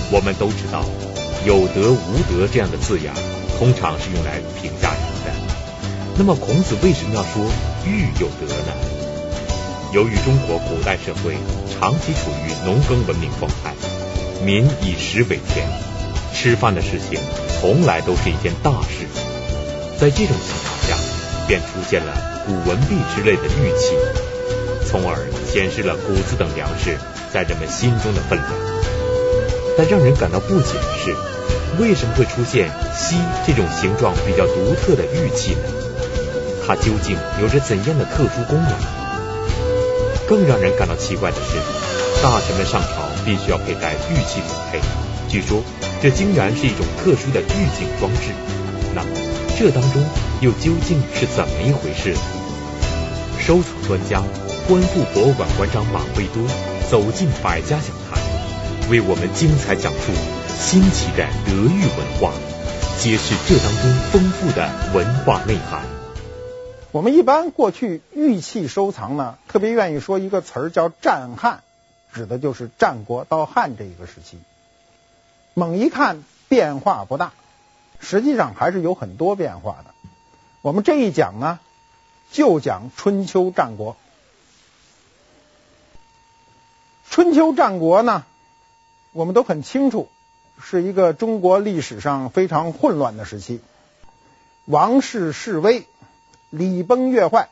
我们都知道，有德无德这样的字眼通常是用来评价人的。那么孔子为什么要说欲有德呢？由于中国古代社会长期处于农耕文明状态，民以食为天，吃饭的事情从来都是一件大事。在这种情况下，便出现了谷文币之类的玉器，从而显示了谷子等粮食在人们心中的分量。但让人感到不解的是，为什么会出现锡这种形状比较独特的玉器呢？它究竟有着怎样的特殊功能？更让人感到奇怪的是，大臣们上朝必须要佩戴玉器辅佩，据说这竟然是一种特殊的预警装置。那么这当中又究竟是怎么一回事呢？收藏专家、观复博物馆馆长马未多走进百家讲坛，为我们精彩讲述新奇的德育文化，揭示这当中丰富的文化内涵。 我们一般过去玉器收藏呢，特别愿意说一个词儿叫战汉，指的就是战国到汉这一个时期。猛一看变化不大，实际上还是有很多变化的。我们这一讲呢，就讲春秋战国。春秋战国呢，我们都很清楚，是一个中国历史上非常混乱的时期，王室式微，礼崩乐坏。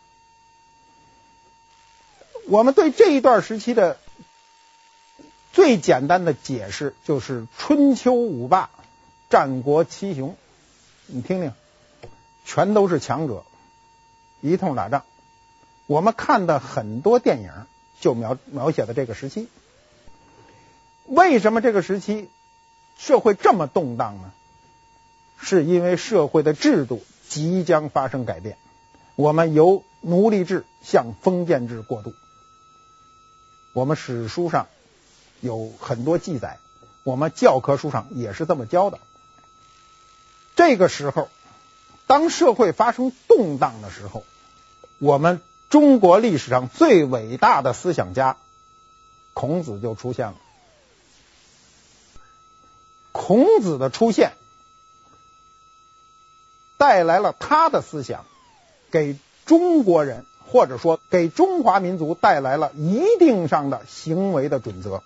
我们对这一段时期的最简单的解释就是春秋五霸，战国七雄。你听听，全都是强者，一通打仗。我们看的很多电影就描写的这个时期。为什么这个时期社会这么动荡呢？是因为社会的制度即将发生改变，我们由奴隶制向封建制过渡。我们史书上有很多记载，我们教科书上也是这么教的。这个时候，当社会发生动荡的时候，我们中国历史上最伟大的思想家孔子就出现了。孔子的出现带来了他的思想，给中国人或者说给中华民族带来了一定上的行为的准则。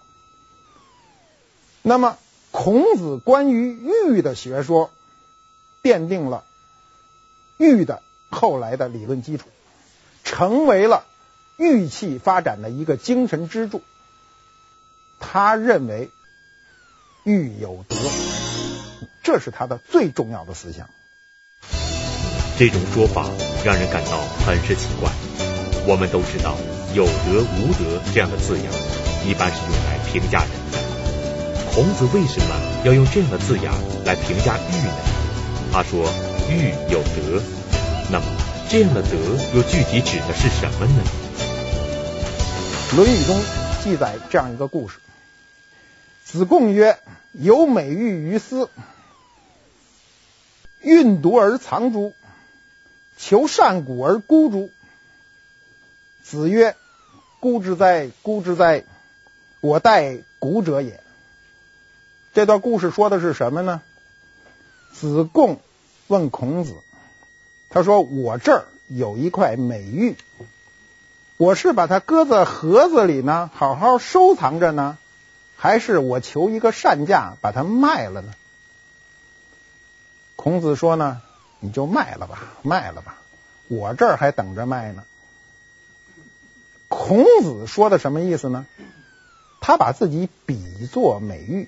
那么孔子关于欲的学说奠定了欲的后来的理论基础，成为了玉器发展的一个精神支柱。他认为欲有德，这是他的最重要的思想。 这种说法让人感到很是奇怪。我们都知道有德无德这样的字眼一般是用来评价人的，孔子为什么要用这样的字眼来评价欲呢？他说欲有德，那么这样的德又具体指的是什么呢？ 论语中记载这样一个故事，子贡曰：有美玉于斯，运夺而藏之，求善古而孤之。子曰：孤之哉，孤之哉，我待古者也。这段故事说的是什么呢？子贡问孔子，他说我这儿有一块美玉，我是把它搁在盒子里呢，好好收藏着呢，还是我求一个善价把它卖了呢？孔子说呢，你就卖了吧，卖了吧，我这儿还等着卖呢。孔子说的什么意思呢？他把自己比作美玉，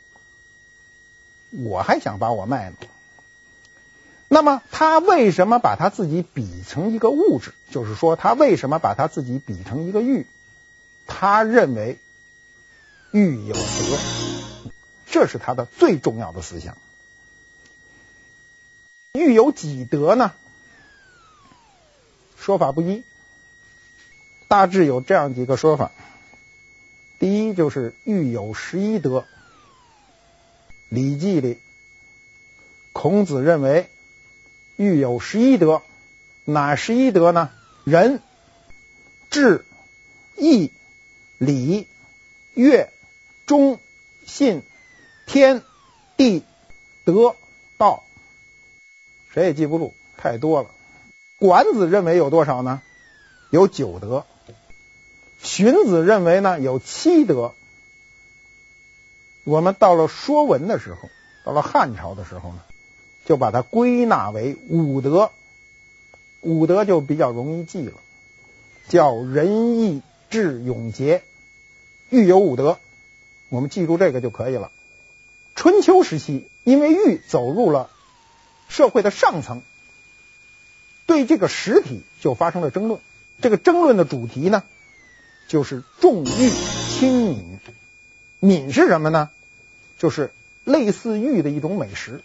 我还想把我卖了。那么他为什么把他自己比成一个物质？就是说他为什么把他自己比成一个玉？他认为欲有德，这是他的最重要的思想。欲有几德呢？说法不一，大致有这样几个说法。第一就是欲有11德。礼记里孔子认为欲有11德，哪11德呢？仁、智、义、礼、乐、忠、 信、天、地、德、道，谁也记不住，太多了。管子认为有多少呢？有9德。荀子认为呢有7德。我们到了《说文》的时候，到了汉朝的时候呢，就把它归纳为5德。5德就比较容易记了，叫仁义智勇节。禹有5德，我们记住这个就可以了。春秋时期，因为禹走入了社会的上层，对这个实体就发生了争论。这个争论的主题呢，就是重玉轻敏。敏是什么呢？就是类似玉的一种美食。《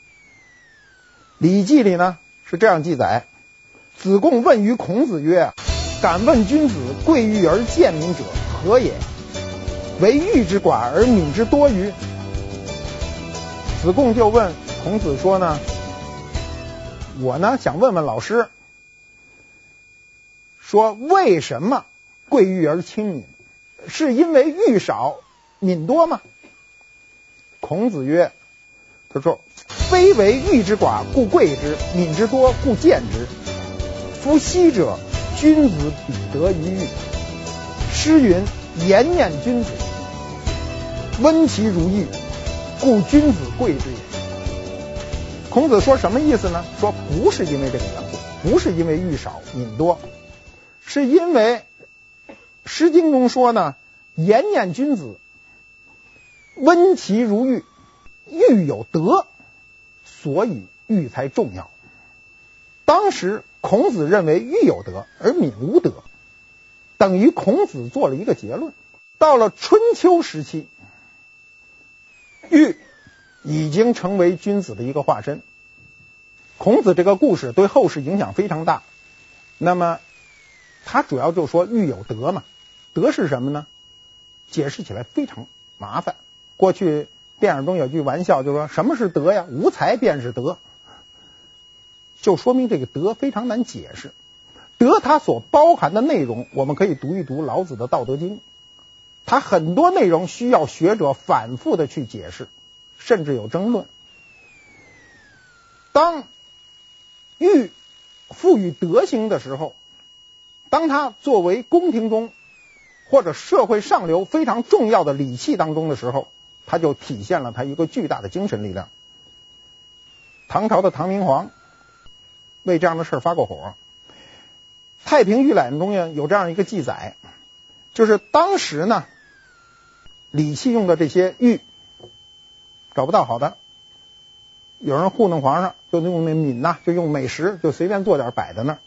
礼记》里呢是这样记载：子贡问于孔子曰：敢问君子贵玉而贱民者何也？为玉之寡而敏之多于？子贡就问孔子说呢，我呢想问问老师，说为什么贵玉而轻敏？是因为玉少敏多吗？孔子曰，他说非为玉之寡故贵之，敏之多故贱之。夫昔者君子比得于玉。诗云：颜念君子，温其如玉，故君子贵之也。孔子说什么意思呢？说不是因为这个缘故，不是因为玉少敏多，是因为诗经中说呢，颜念君子，温其如玉，玉有德，所以玉才重要。当时孔子认为玉有德而敏无德，等于孔子做了一个结论。到了春秋时期，玉已经成为君子的一个化身。孔子这个故事对后世影响非常大。那么他主要就说玉有德嘛，德是什么呢？解释起来非常麻烦。过去电影中有句玩笑，就说什么是德呀？无才便是德，就说明这个德非常难解释。德它所包含的内容，我们可以读一读老子的《道德经》，它很多内容需要学者反复的去解释，甚至有争论。当玉赋予德行的时候，当它作为宫廷中或者社会上流非常重要的礼器当中的时候，它就体现了它一个巨大的精神力量。唐朝的唐明皇为这样的事发过火。太平御览中有这样一个记载，就是当时呢，礼器用的这些玉找不到好的，有人糊弄皇上，就用那敏呐，就用美食，就随便做点摆在那儿。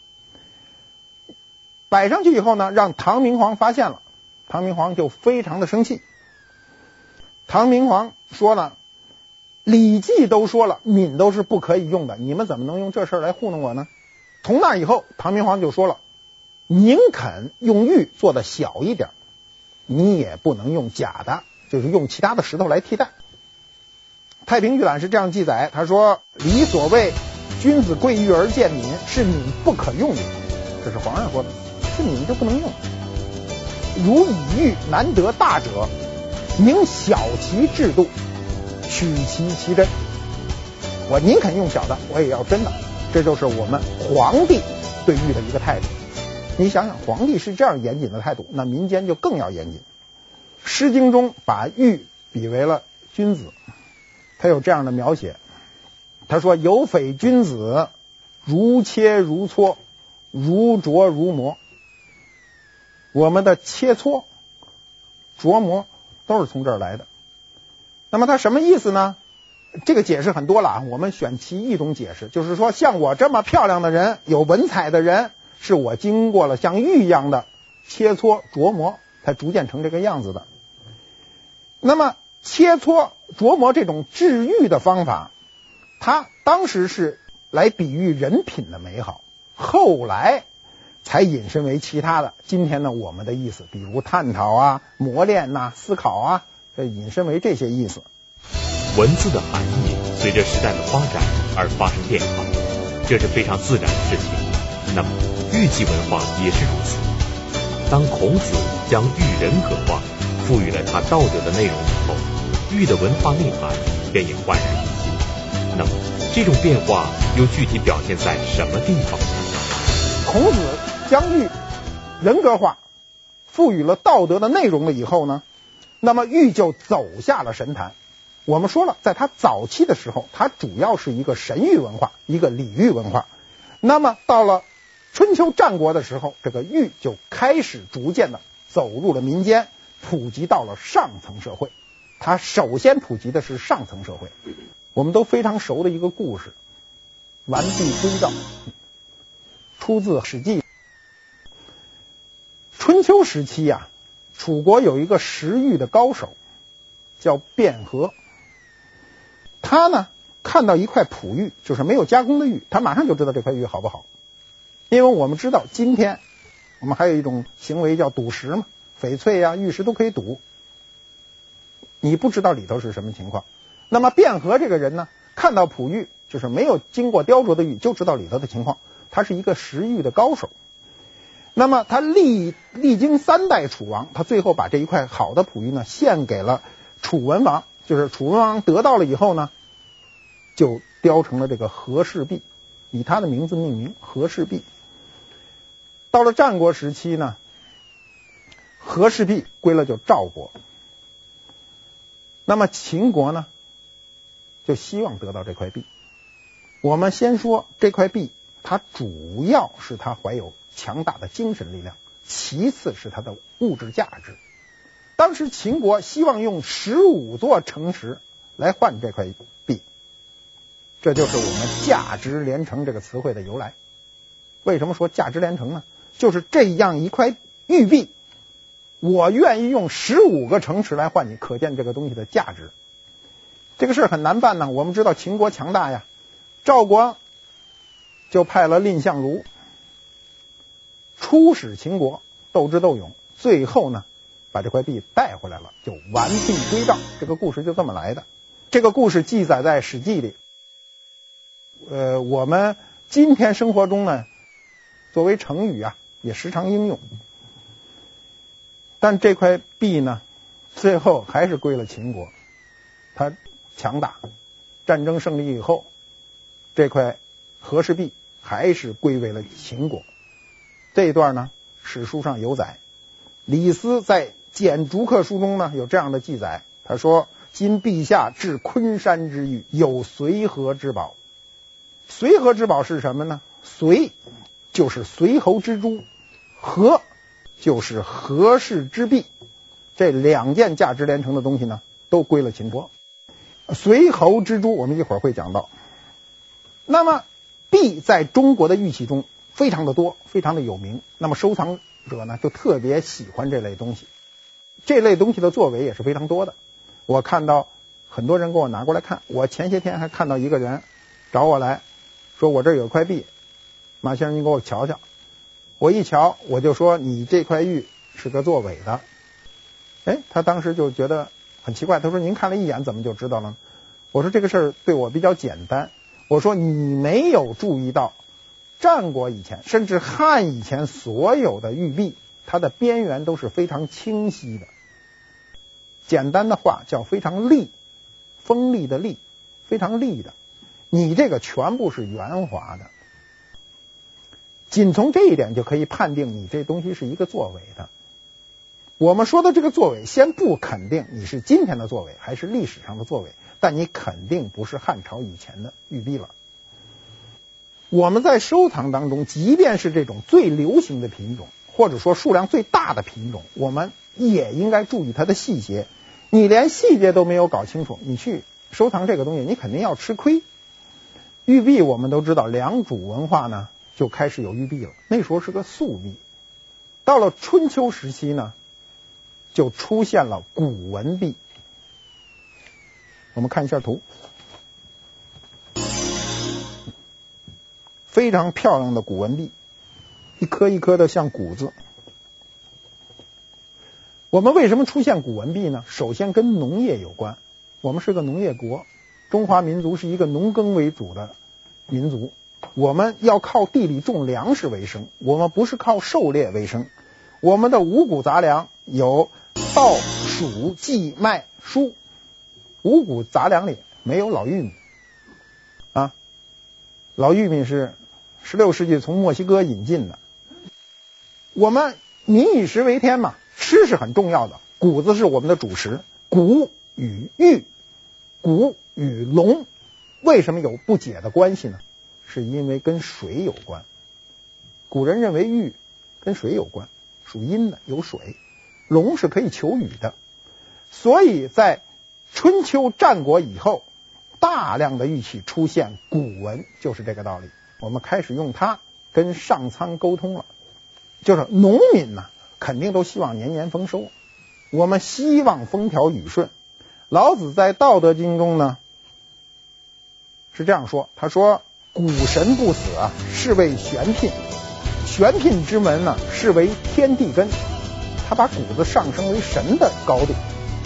摆上去以后呢，让唐明皇发现了，唐明皇就非常的生气。唐明皇说了，礼记都说了，敏都是不可以用的，你们怎么能用这事来糊弄我呢？从那以后，唐明皇就说了，宁肯用玉做的小一点，你也不能用假的，就是用其他的石头来替代。太平御览是这样记载，他说：礼所谓君子贵玉而贱敏，是敏不可用也。这是皇上说的，是敏就不能用。如以玉难得大者，宁小其制度，取其真。我宁肯用小的，我也要真的。这就是我们皇帝对玉的一个态度。你想想，皇帝是这样严谨的态度，那民间就更要严谨。诗经中把玉比为了君子，他有这样的描写，他说：有匪君子，如切如磋，如琢如磨。我们的切磋琢磨都是从这儿来的。那么它什么意思呢？这个解释很多了啊，我们选其一种解释，就是说像我这么漂亮的人，有文采的人，是我经过了像玉一样的切磋琢磨才逐渐成这个样子的。那么切磋琢磨这种治玉的方法，它当时是来比喻人品的美好，后来才引申为其他的今天呢我们的意思，比如探讨啊、磨练啊、思考啊，引申为这些意思。 文字的含义随着时代的发展而发生变化，这是非常自然的事情。那么玉器文化也是如此。当孔子将玉人格化，赋予了他道德的内容以后， 玉的文化内涵便也焕然一新。那么这种变化又具体表现在什么地方？ 孔子将玉人格化，赋予了道德的内容了以后呢，那么玉就走下了神坛。我们说了，在它早期的时候，它主要是一个神域文化，一个礼遇文化。那么到了春秋战国的时候，这个玉就开始逐渐的走入了民间，普及到了上层社会。它首先普及的是上层社会。我们都非常熟的一个故事，完璧归赵，出自《史记》。春秋时期呀，楚国有一个识玉的高手，叫卞和。他呢看到一块璞玉，就是没有加工的玉，他马上就知道这块玉好不好。因为我们知道今天我们还有一种行为叫赌石嘛，翡翠呀、玉石都可以赌，你不知道里头是什么情况。那么卞和这个人呢，看到璞玉，就是没有经过雕琢的玉，就知道里头的情况，他是一个识玉的高手。那么他历经3代楚王，他最后把这一块好的璞玉呢献给了楚文王，就是楚文王得到了以后呢，就雕成了这个和氏璧，以他的名字命名，和氏璧。到了战国时期呢，和氏璧归了就赵国。那么秦国呢，就希望得到这块璧。我们先说这块璧，它主要是它怀有强大的精神力量，其次是它的物质价值。当时秦国希望用15座城池来换这块璧，这就是我们价值连城这个词汇的由来。为什么说价值连城呢？就是这样一块玉璧，我愿意用15个城池来换你，可见这个东西的价值。这个事很难办呢。我们知道秦国强大呀，赵国就派了蔺相如出使秦国，斗智斗勇，最后呢把这块璧带回来了，就完璧归赵。这个故事就这么来的。这个故事记载在《史记》里。我们今天生活中呢，作为成语啊，也时常应用。但这块璧呢，最后还是归了秦国。它强大，战争胜利以后，这块和氏璧还是归为了秦国。这一段呢，史书上有载。李斯在《简逐客书》中呢有这样的记载，他说：今陛下至昆山之玉，有随和之宝。随和之宝是什么呢？随就是随侯之珠，和就是和氏之璧。这2件价值连城的东西呢，都归了秦国。随侯之珠我们一会儿会讲到。那么璧在中国的玉器中非常的多，非常的有名。那么收藏者呢就特别喜欢这类东西。这类东西的作为也是非常多的。我看到很多人给我拿过来看，我前些天还看到一个人找我来说，我这有块璧，马先生你给我瞧瞧。我一瞧，我就说你这块玉是个作伪的。他当时就觉得很奇怪，他说您看了一眼怎么就知道了呢？我说这个事儿对我比较简单，我说你没有注意到战国以前甚至汉以前所有的玉璧，它的边缘都是非常清晰的，简单的话叫非常利，锋利的利，非常利的。你这个全部是圆滑的，仅从这一点就可以判定你这东西是一个作伪的。我们说的这个作伪，先不肯定你是今天的作伪还是历史上的作伪，但你肯定不是汉朝以前的玉璧了。我们在收藏当中，即便是这种最流行的品种，或者说数量最大的品种，我们也应该注意它的细节。你连细节都没有搞清楚，你去收藏这个东西，你肯定要吃亏。玉璧我们都知道，良渚文化呢就开始有玉璧了，那时候是个素璧。到了春秋时期呢，就出现了古文璧。我们看一下图，非常漂亮的古文璧，一颗一颗的像谷子。我们为什么出现古文璧呢？首先跟农业有关，我们是个农业国，中华民族是一个农耕为主的民族，我们要靠地里种粮食为生，我们不是靠狩猎为生。我们的五谷杂粮有稻、黍、稷、麦、菽， 五谷杂粮里没有老玉米啊，老玉米是16世纪从墨西哥引进的。我们民以食为天嘛，吃是很重要的，谷子是我们的主食。谷与玉，谷与龙为什么有不解的关系呢？是因为跟水有关。古人认为玉跟水有关，属阴的，有水，龙是可以求雨的。所以在春秋战国以后，大量的玉器出现古文，就是这个道理。我们开始用它跟上苍沟通了。就是农民呢，肯定都希望年年丰收，我们希望风调雨顺。老子在《道德经》中呢是这样说，他说谷神不死啊，是为玄牝，玄牝之门呢，是为天地根。他把谷子上升为神的高度。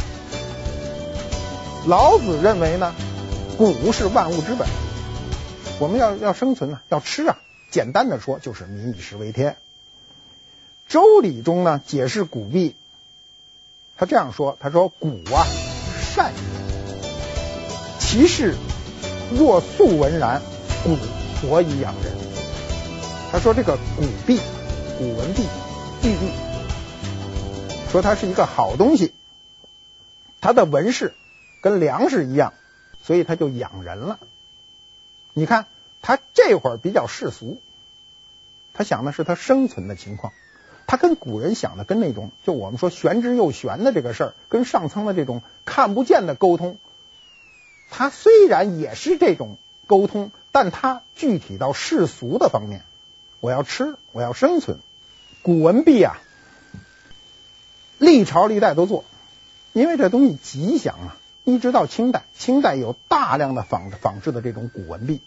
老子认为呢，谷是万物之本，我们要生存啊，要吃啊。简单的说，就是民以食为天。周礼中呢解释谷币，他这样说，他说谷啊善也，其事若素文然，谷何以养人。他说这个谷币，古文币，玉币，说它是一个好东西，它的纹饰跟粮食一样，所以它就养人了。你看他这会儿比较世俗，他想的是他生存的情况，他跟古人想的跟那种就我们说玄之又玄的这个事儿，跟上苍的这种看不见的沟通，他虽然也是这种沟通，但他具体到世俗的方面，我要吃，我要生存。古文币啊，历朝历代都做，因为这东西吉祥啊。一直到清代，清代有大量的仿制的这种古文币。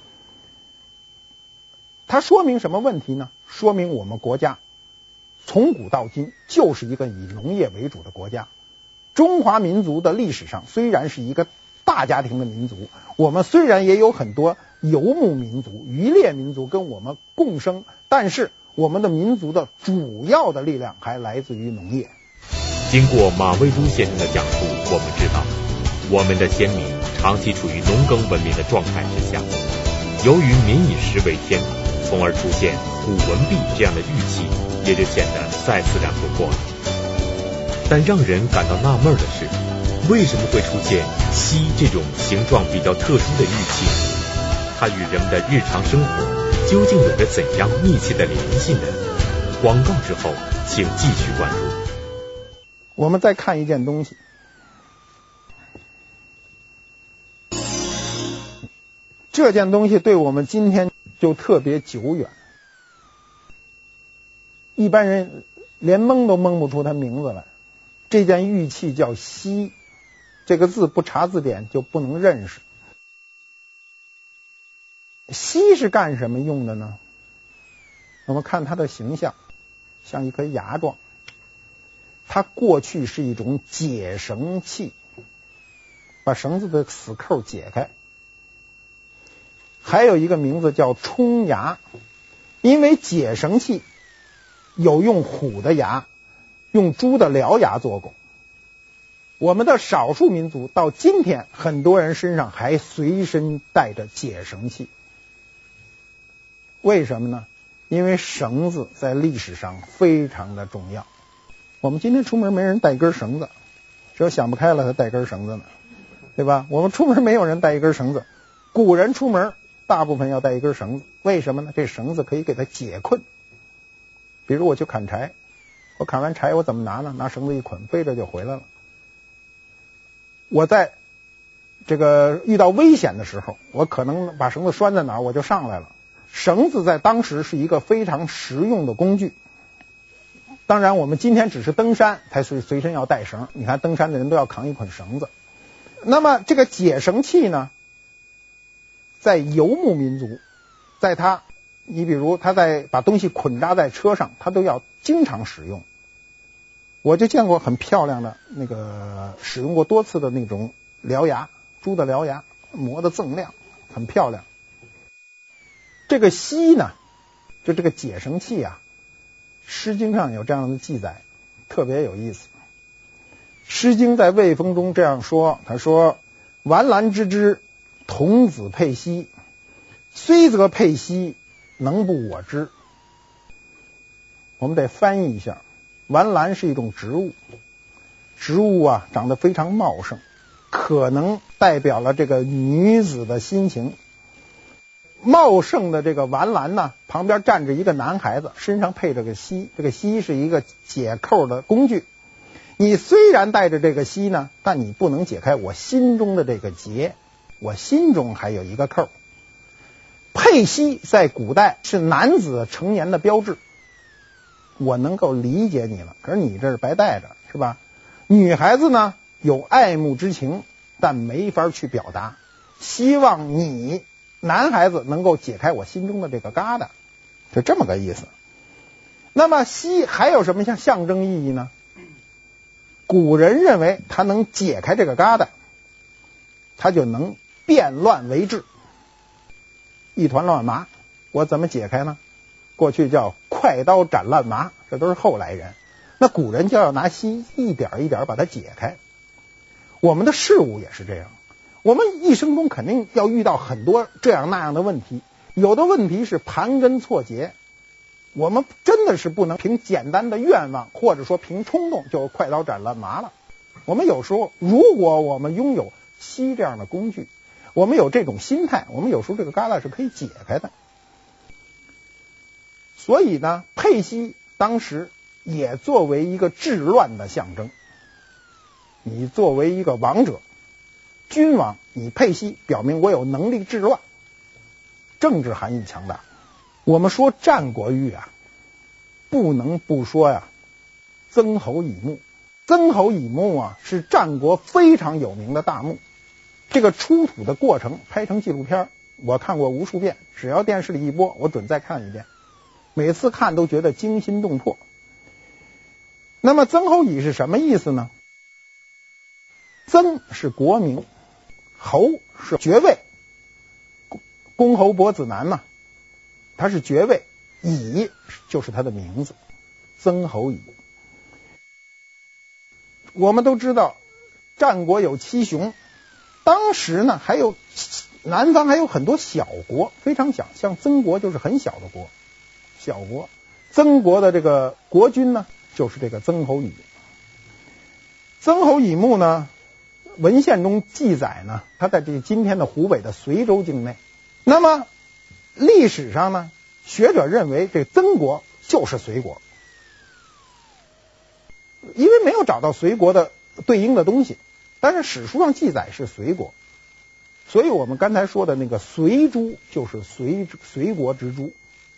它说明什么问题呢？说明我们国家从古到今就是一个以农业为主的国家。中华民族的历史上虽然是一个大家庭的民族，我们虽然也有很多游牧民族、渔猎民族跟我们共生，但是我们的民族的主要的力量还来自于农业。 经过马未都先生的讲述，我们知道我们的先民长期处于农耕文明的状态之下，由于民以食为天，从而出现古文币这样的玉器，也就显得再四两不过了。但让人感到纳闷的是，为什么会出现锡这种形状比较特殊的玉器？它与人们的日常生活究竟有着怎样密切的联系呢？广告之后，请继续关注。 我们再看一件东西，这件东西对我们今天就特别久远，一般人连蒙都蒙不出它名字来。这件玉器叫锡，这个字不查字典就不能认识。锡是干什么用的呢？我们看它的形象，像一颗牙状。它过去是一种解绳器，把绳子的死扣解开。还有一个名字叫冲牙，因为解绳器有用虎的牙，用猪的獠牙做过。我们的少数民族到今天，很多人身上还随身带着解绳器。为什么呢？因为绳子在历史上非常的重要。我们今天出门没人带一根绳子，只有想不开了才带根绳子呢，对吧？我们出门没有人带一根绳子，古人出门大部分要带一根绳子，为什么呢？这绳子可以给他解困。比如我去砍柴，我砍完柴我怎么拿呢？拿绳子一捆，背着就回来了。我在这个遇到危险的时候，我可能把绳子拴在哪儿，我就上来了。绳子在当时是一个非常实用的工具。当然我们今天只是登山才随身要带绳，你看登山的人都要扛一捆绳子。那么这个解绳器呢，在游牧民族，在他你比如他在把东西捆扎在车上，他都要经常使用。我就见过很漂亮的那个使用过多次的那种獠牙，猪的獠牙磨得锃亮，很漂亮。这个锡呢，就这个解绳器啊，诗经上有这样的记载，特别有意思。 诗经在卫风中这样说，他说：完兰之之，童子佩兮，虽则佩兮，能不我之。我们得翻译一下，完兰是一种植物，植物啊长得非常茂盛，可能代表了这个女子的心情。茂盛的这个完兰呢，旁边站着一个男孩子，身上配着个膝，这个膝是一个解扣的工具。你虽然带着这个膝呢，但你不能解开我心中的这个结，我心中还有一个扣。佩膝在古代是男子成年的标志，我能够理解你了，可是你这是白带着，是吧？女孩子呢有爱慕之情，但没法去表达，希望你男孩子能够解开我心中的这个疙瘩，就这么个意思。那么膝还有什么象征意义呢？古人认为它能解开这个疙瘩，它就能变乱为治，一团乱麻。我怎么解开呢？过去叫快刀斩乱麻，这都是后来人。那古人就要拿膝一点一点把它解开。我们的事物也是这样，我们一生中肯定要遇到很多这样那样的问题，有的问题是盘根错节，我们真的是不能凭简单的愿望或者说凭冲动就快刀斩乱麻了。我们有时候如果我们拥有膝这样的工具，我们有这种心态，我们有时候这个疙瘩是可以解开的。所以呢，佩膝当时也作为一个治乱的象征。你作为一个王者，君王，你佩膝表明我有能力治乱，政治含义强大。我们说战国玉啊，不能不说呀，曾侯乙墓。曾侯乙墓啊，是战国非常有名的大墓。这个出土的过程拍成纪录片，我看过无数遍，只要电视里一播，我准再看一遍。每次看都觉得惊心动魄。那么曾侯乙是什么意思呢？曾是国名，侯是爵位，公侯伯子男嘛，他是爵位，乙就是他的名字，曾侯乙。我们都知道战国有七雄，当时呢还有南方还有很多小国，非常小，像曾国就是很小的国，小国。曾国的这个国君呢就是这个曾侯乙。曾侯乙墓呢，文献中记载呢，他在这个今天的湖北的随州境内。那么历史上呢，学者认为这曾国就是隋国，因为没有找到隋国的对应的东西，但是史书上记载是隋国，所以我们刚才说的那个隋诸就是隋国之诸。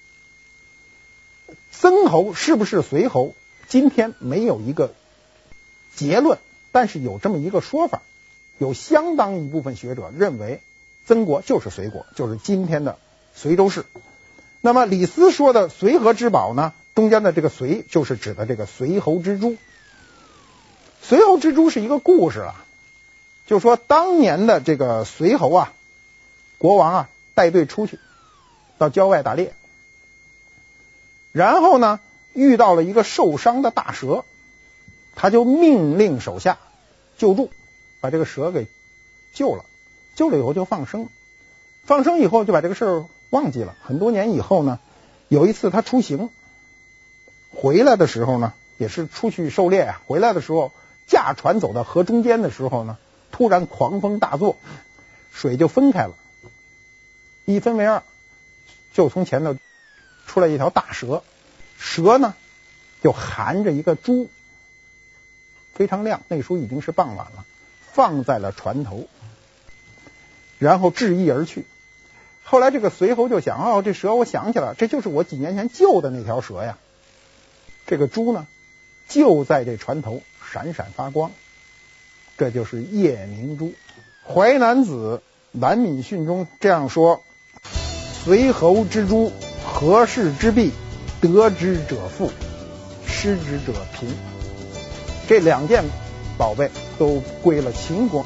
曾侯是不是隋侯，今天没有一个结论，但是有这么一个说法，有相当一部分学者认为曾国就是隋国，就是今天的随州市。那么李斯说的随和之宝呢，中间的这个随就是指的这个随侯之诸。随侯之诸是一个故事啊，就说当年的这个随侯啊，国王啊带队出去到郊外打猎，然后呢遇到了一个受伤的大蛇，他就命令手下救助，把这个蛇给救了，救了以后就放生以后就把这个事儿忘记了。很多年以后呢，有一次他出行回来的时候呢，也是出去狩猎啊，回来的时候驾船走到河中间的时候呢，突然狂风大作，水就分开了，一分为二，就从前头出来一条大蛇，蛇呢就含着一个珠，非常亮，那时候已经是傍晚了，放在了船头，然后掷翼而去。后来这个随侯就想，哦，这蛇我想起来了，这就是我几年前救的那条蛇呀。这个珠呢就在这船头闪闪发光，这就是夜明珠。淮南子蓝敏训中这样说：随侯之珠，何事之弊，得之者富，失之者贫。这两件宝贝都归了秦国。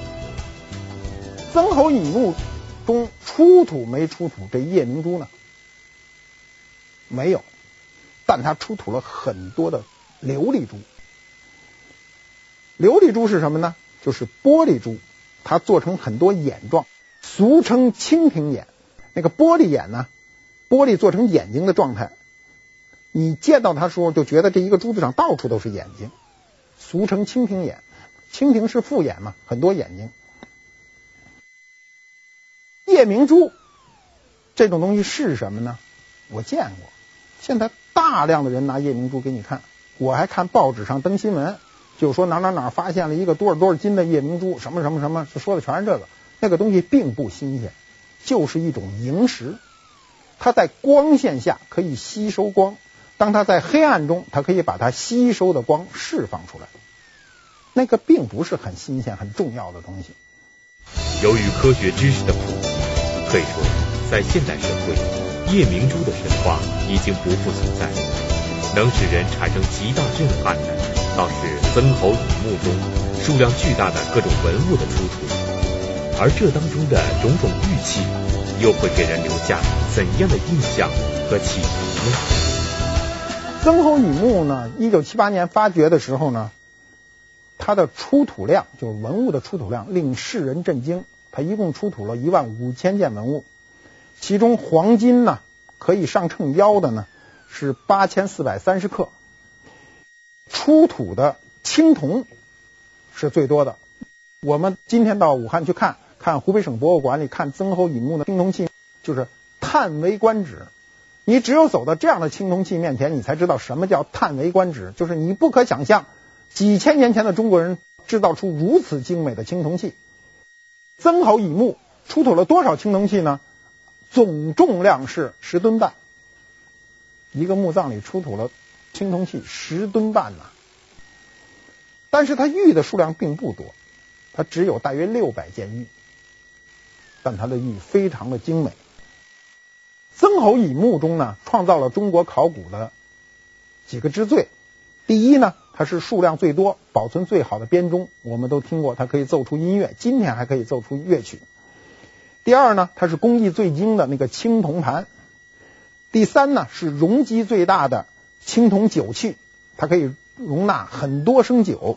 曾侯乙墓中出土没出土这夜明珠呢？没有，但它出土了很多的琉璃珠。 琉璃珠是什么呢？就是玻璃珠，它做成很多眼状，俗称蜻蜓眼。那个玻璃眼呢，玻璃做成眼睛的状态，你见到它的时候就觉得这一个珠子上到处都是眼睛，俗称蜻蜓眼。蜻蜓是复眼嘛，很多眼睛。夜明珠这种东西是什么呢？我见过，现在大量的人拿夜明珠给你看，我还看报纸上登新闻，就说哪发现了一个多少斤的夜明珠，什么什么什么，说的全是这个。那个东西并不新鲜，就是一种萤石，它在光线下可以吸收光，当它在黑暗中，它可以把它吸收的光释放出来。那个并不是很新鲜、很重要的东西。 由于科学知识的普及，可以说在现代社会，夜明珠的神话已经不复存在。能使人产生极大震撼的，倒是曾侯乙墓中数量巨大的各种文物的出土，而这当中的种种玉器，又会给人留下怎样的印象和启迪呢？ 曾侯乙墓呢，1978年发掘的时候呢，它的出土量，就是文物的出土量，令世人震惊。它一共出土了15000件文物，其中黄金呢，可以上秤腰的呢是8430克，出土的青铜是最多的。我们今天到武汉去看湖北省博物馆里看曾侯乙墓的青铜器，就是叹为观止。你只有走到这样的青铜器面前，你才知道什么叫叹为观止，就是你不可想象几千年前的中国人制造出如此精美的青铜器。曾侯乙墓出土了多少青铜器呢？总重量是10吨半，一个墓葬里出土了青铜器10吨半呢。但是它玉的数量并不多，它只有大约600件玉，但它的玉非常的精美。曾侯乙墓中呢，创造了中国考古的几个之最。第一呢，它是数量最多、保存最好的编钟，我们都听过，它可以奏出音乐，今天还可以奏出乐曲。第二呢，它是工艺最精的那个青铜盘。第三呢，是容积最大的青铜酒器，它可以容纳很多升酒。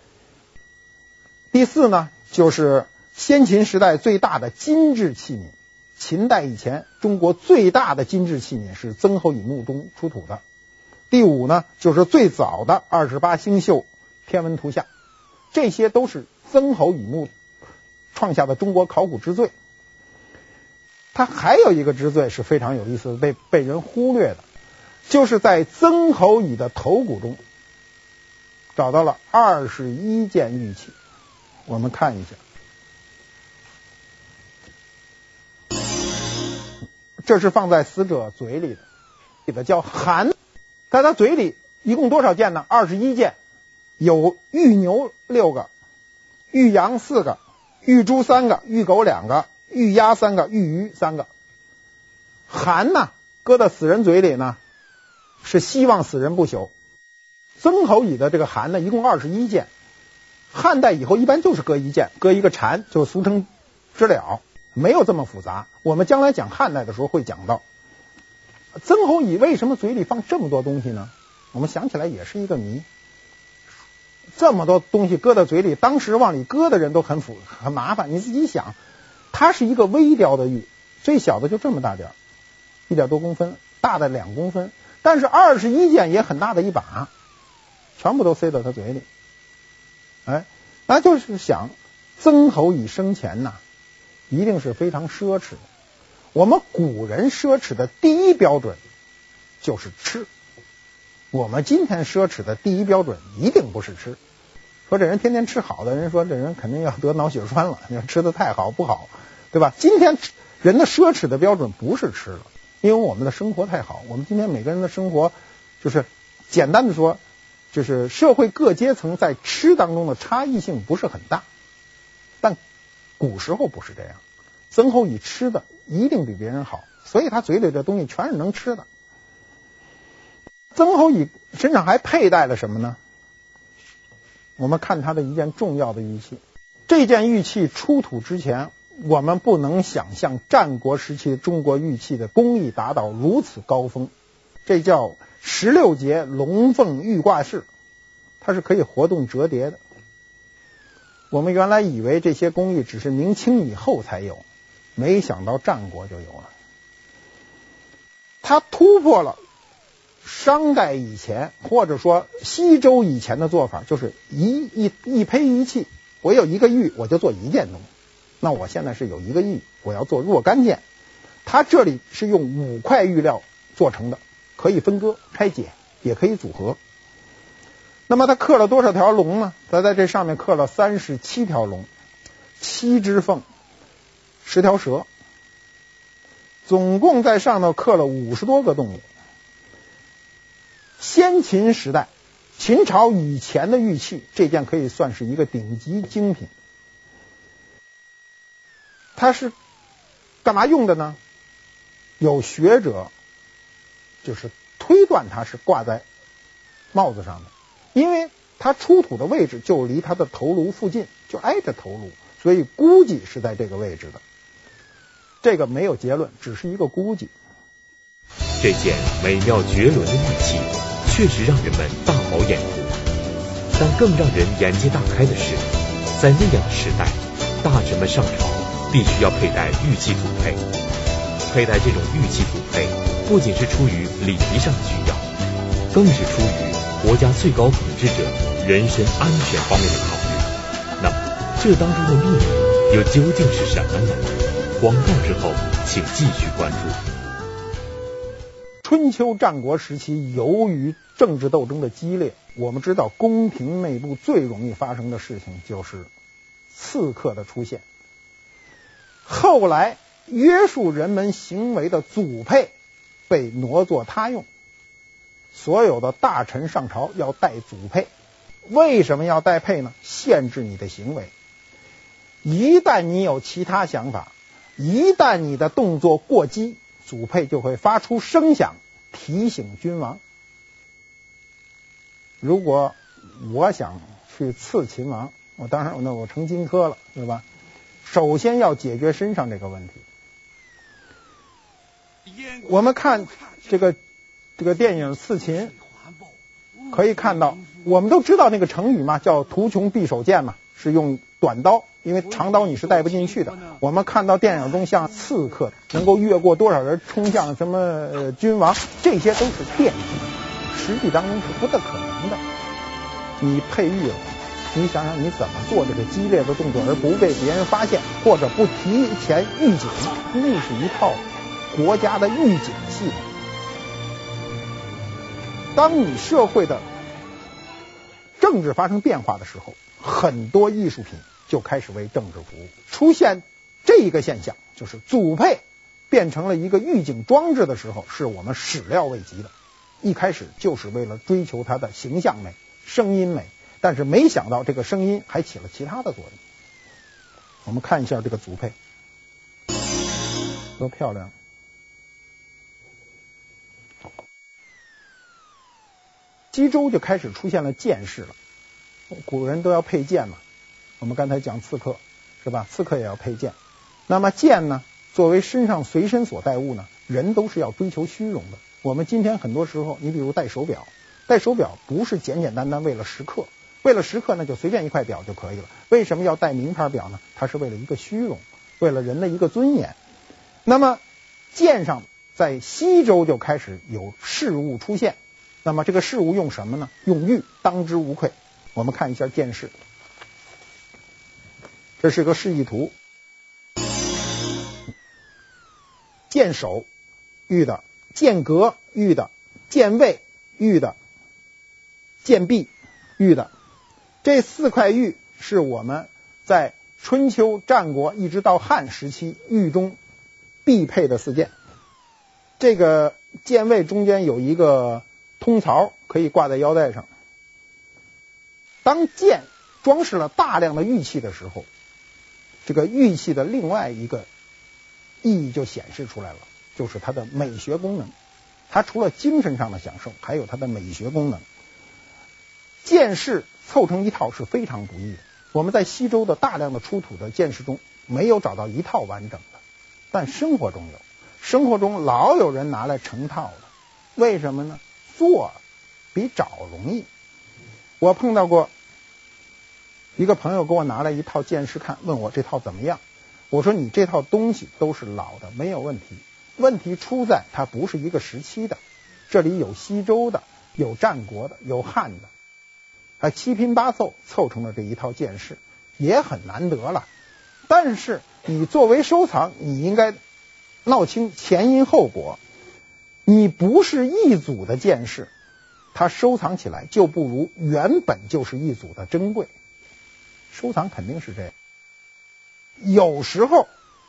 第四呢，就是先秦时代最大的金制器皿。秦代以前，中国最大的金制器皿是曾侯乙墓中出土的。第五呢，就是最早的28星宿天文图像，这些都是曾侯乙墓创下的中国考古之最。它还有一个之最是非常有意思的，被人忽略的，就是在曾侯乙的头骨中找到了21件玉器。我们看一下，这是放在死者嘴里的叫函，在他嘴里一共多少件呢？21件，有玉牛6个，玉羊4个，玉猪3个，玉狗2个，玉鸭3个，玉鱼3个。函呢，搁到死人嘴里呢，是希望死人不朽。曾侯乙的这个函呢，一共21件。汉代以后一般就是搁一件，搁一个蝉，就俗称知了，没有这么复杂。我们将来讲汉代的时候会讲到。曾侯乙为什么嘴里放这么多东西呢？我们想起来也是一个谜。这么多东西搁到嘴里，当时往里搁的人都很麻烦。你自己想，它是一个微雕的玉，最小的就这么大点，1点多公分，大的2公分，但是21件也很大的一把，全部都塞到他嘴里。哎，那就是想曾侯乙生前呐，一定是非常奢侈的。我们古人奢侈的第一标准就是吃，我们今天奢侈的第一标准一定不是吃。说这人天天吃好的人，说这人肯定要得脑血栓了，你要吃的太好不好，对吧？今天人的奢侈的标准不是吃了，因为我们的生活太好。我们今天每个人的生活，就是简单的说，就是社会各阶层在吃当中的差异性不是很大，但古时候不是这样。曾侯乙吃的一定比别人好，所以他嘴里的东西全是能吃的。曾侯乙身上还佩戴了什么呢？我们看他的一件重要的玉器。这件玉器出土之前，我们不能想象战国时期中国玉器的工艺达到如此高峰。这叫16节龙凤玉挂饰，它是可以活动折叠的。 我们原来以为这些工艺只是明清以后才有，没想到战国就有了。它突破了商代以前或者说西周以前的做法，就是一胚一器，我有一个玉我就做一件东西。那我现在是有一个玉，我要做若干件。它这里是用5块玉料做成的，可以分割拆解，也可以组合。那么它刻了多少条龙呢？它在这上面刻了37条龙，7只凤，10条蛇，总共在上头刻了50多个动物。先秦时代，秦朝以前的玉器，这件可以算是一个顶级精品。它是干嘛用的呢？有学者就是推断它是挂在帽子上的，因为它出土的位置就离它的头颅附近，就挨着头颅，所以估计是在这个位置的。这个没有结论，只是一个估计。 这件美妙绝伦的玉器确实让人们大饱眼福，但更让人眼界大开的是，在那样的时代，大臣们上朝必须要佩戴玉器组配。佩戴这种玉器组配，不仅是出于礼仪上的需要，更是出于国家最高统治者人身安全方面的考虑。那么，这当中的秘密又究竟是什么呢？广告之后，请继续关注。 春秋战国时期，由于政治斗争的激烈，我们知道宫廷内部最容易发生的事情就是刺客的出现。后来约束人们行为的祖配被挪作他用，所有的大臣上朝要戴祖配。为什么要戴配呢？限制你的行为。一旦你有其他想法，一旦你的动作过激，祖配就会发出声响提醒君王。如果我想去刺秦王，我成荆轲了，对吧？首先要解决身上这个问题。我们看这个电影《刺秦》，可以看到，我们都知道那个成语嘛，叫图穷匕首见嘛，是用短刀，因为长刀你是带不进去的。我们看到电影中像刺客能够越过多少人冲向什么君王，这些都是电影，实际当中是不大可能的。你配玉了，你想想你怎么做这个激烈的动作而不被别人发现，或者不提前预警，那是一套国家的预警系统。当你社会的政治发生变化的时候，很多艺术品就开始为政治服务。出现这一个现象，就是祖配变成了一个预警装置的时候，是我们始料未及的。一开始就是为了追求它的形象美、声音美，但是没想到这个声音还起了其他的作用。我们看一下这个祖配，多漂亮！西周就开始出现了剑士了，古人都要配剑嘛。我们刚才讲刺客是吧？刺客也要配剑。那么剑呢，作为身上随身所带物呢，人都是要追求虚荣的。我们今天很多时候，你比如戴手表，戴手表不是简简单单为了时刻，为了时刻那就随便一块表就可以了。为什么要戴名牌表呢？它是为了一个虚荣，为了人的一个尊严。那么剑上在西周就开始有饰物出现。那么这个饰物用什么呢？用玉，当之无愧。我们看一下剑饰，这是个示意图。剑首玉的，剑格玉的，剑位玉的，剑臂玉的。这4块玉是我们在春秋战国一直到汉时期玉中必配的4件。这个剑位中间有一个通槽，可以挂在腰带上。当剑装饰了大量的玉器的时候，这个玉器的另外一个意义就显示出来了，就是它的美学功能。它除了精神上的享受，还有它的美学功能。剑饰凑成一套是非常不易的。我们在西周的大量的出土的剑饰中，没有找到一套完整的，但生活中有，生活中老有人拿来成套的。为什么呢？做比找容易。我碰到过一个朋友给我拿来一套剑士看，问我这套怎么样。我说你这套东西都是老的，没有问题。问题出在它不是一个时期的，这里有西周的，有战国的，有汉的，七拼八凑凑成了这一套剑士，也很难得了。但是你作为收藏，你应该闹清前因后果。你不是一组的剑士，它收藏起来就不如原本就是一组的珍贵。收藏肯定是这样。有时候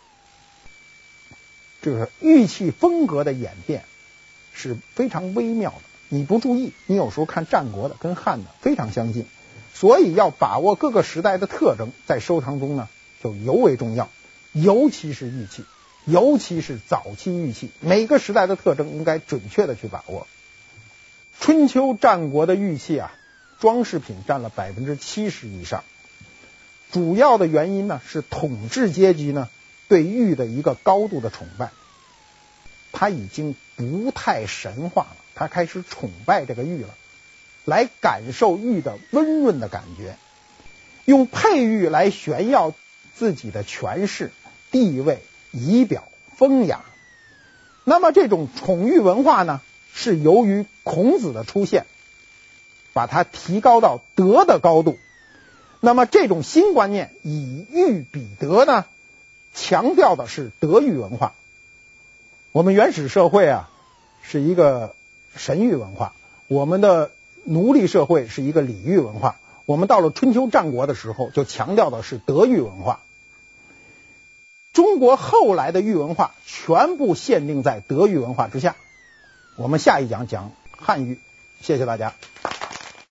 这个玉器风格的演变是非常微妙的，你不注意，你有时候看战国的跟汉的非常相近，所以要把握各个时代的特征，在收藏中呢就尤为重要，尤其是玉器，尤其是早期玉器，每个时代的特征应该准确的去把握。春秋战国的玉器啊，装饰品占了70%以上，主要的原因呢是统治阶级呢对玉的一个高度的崇拜，他已经不太神话了，他开始崇拜这个玉了，来感受玉的温润的感觉，用佩玉来炫耀自己的权势、地位、仪表、风雅。那么这种宠玉文化呢，是由于孔子的出现，把它提高到德的高度。那么这种新观念以玉比德呢，强调的是德育文化。我们原始社会啊是一个神育文化，我们的奴隶社会是一个礼育文化，我们到了春秋战国的时候就强调的是德育文化。中国后来的玉文化全部限定在德育文化之下。我们下一讲讲汉玉，谢谢大家。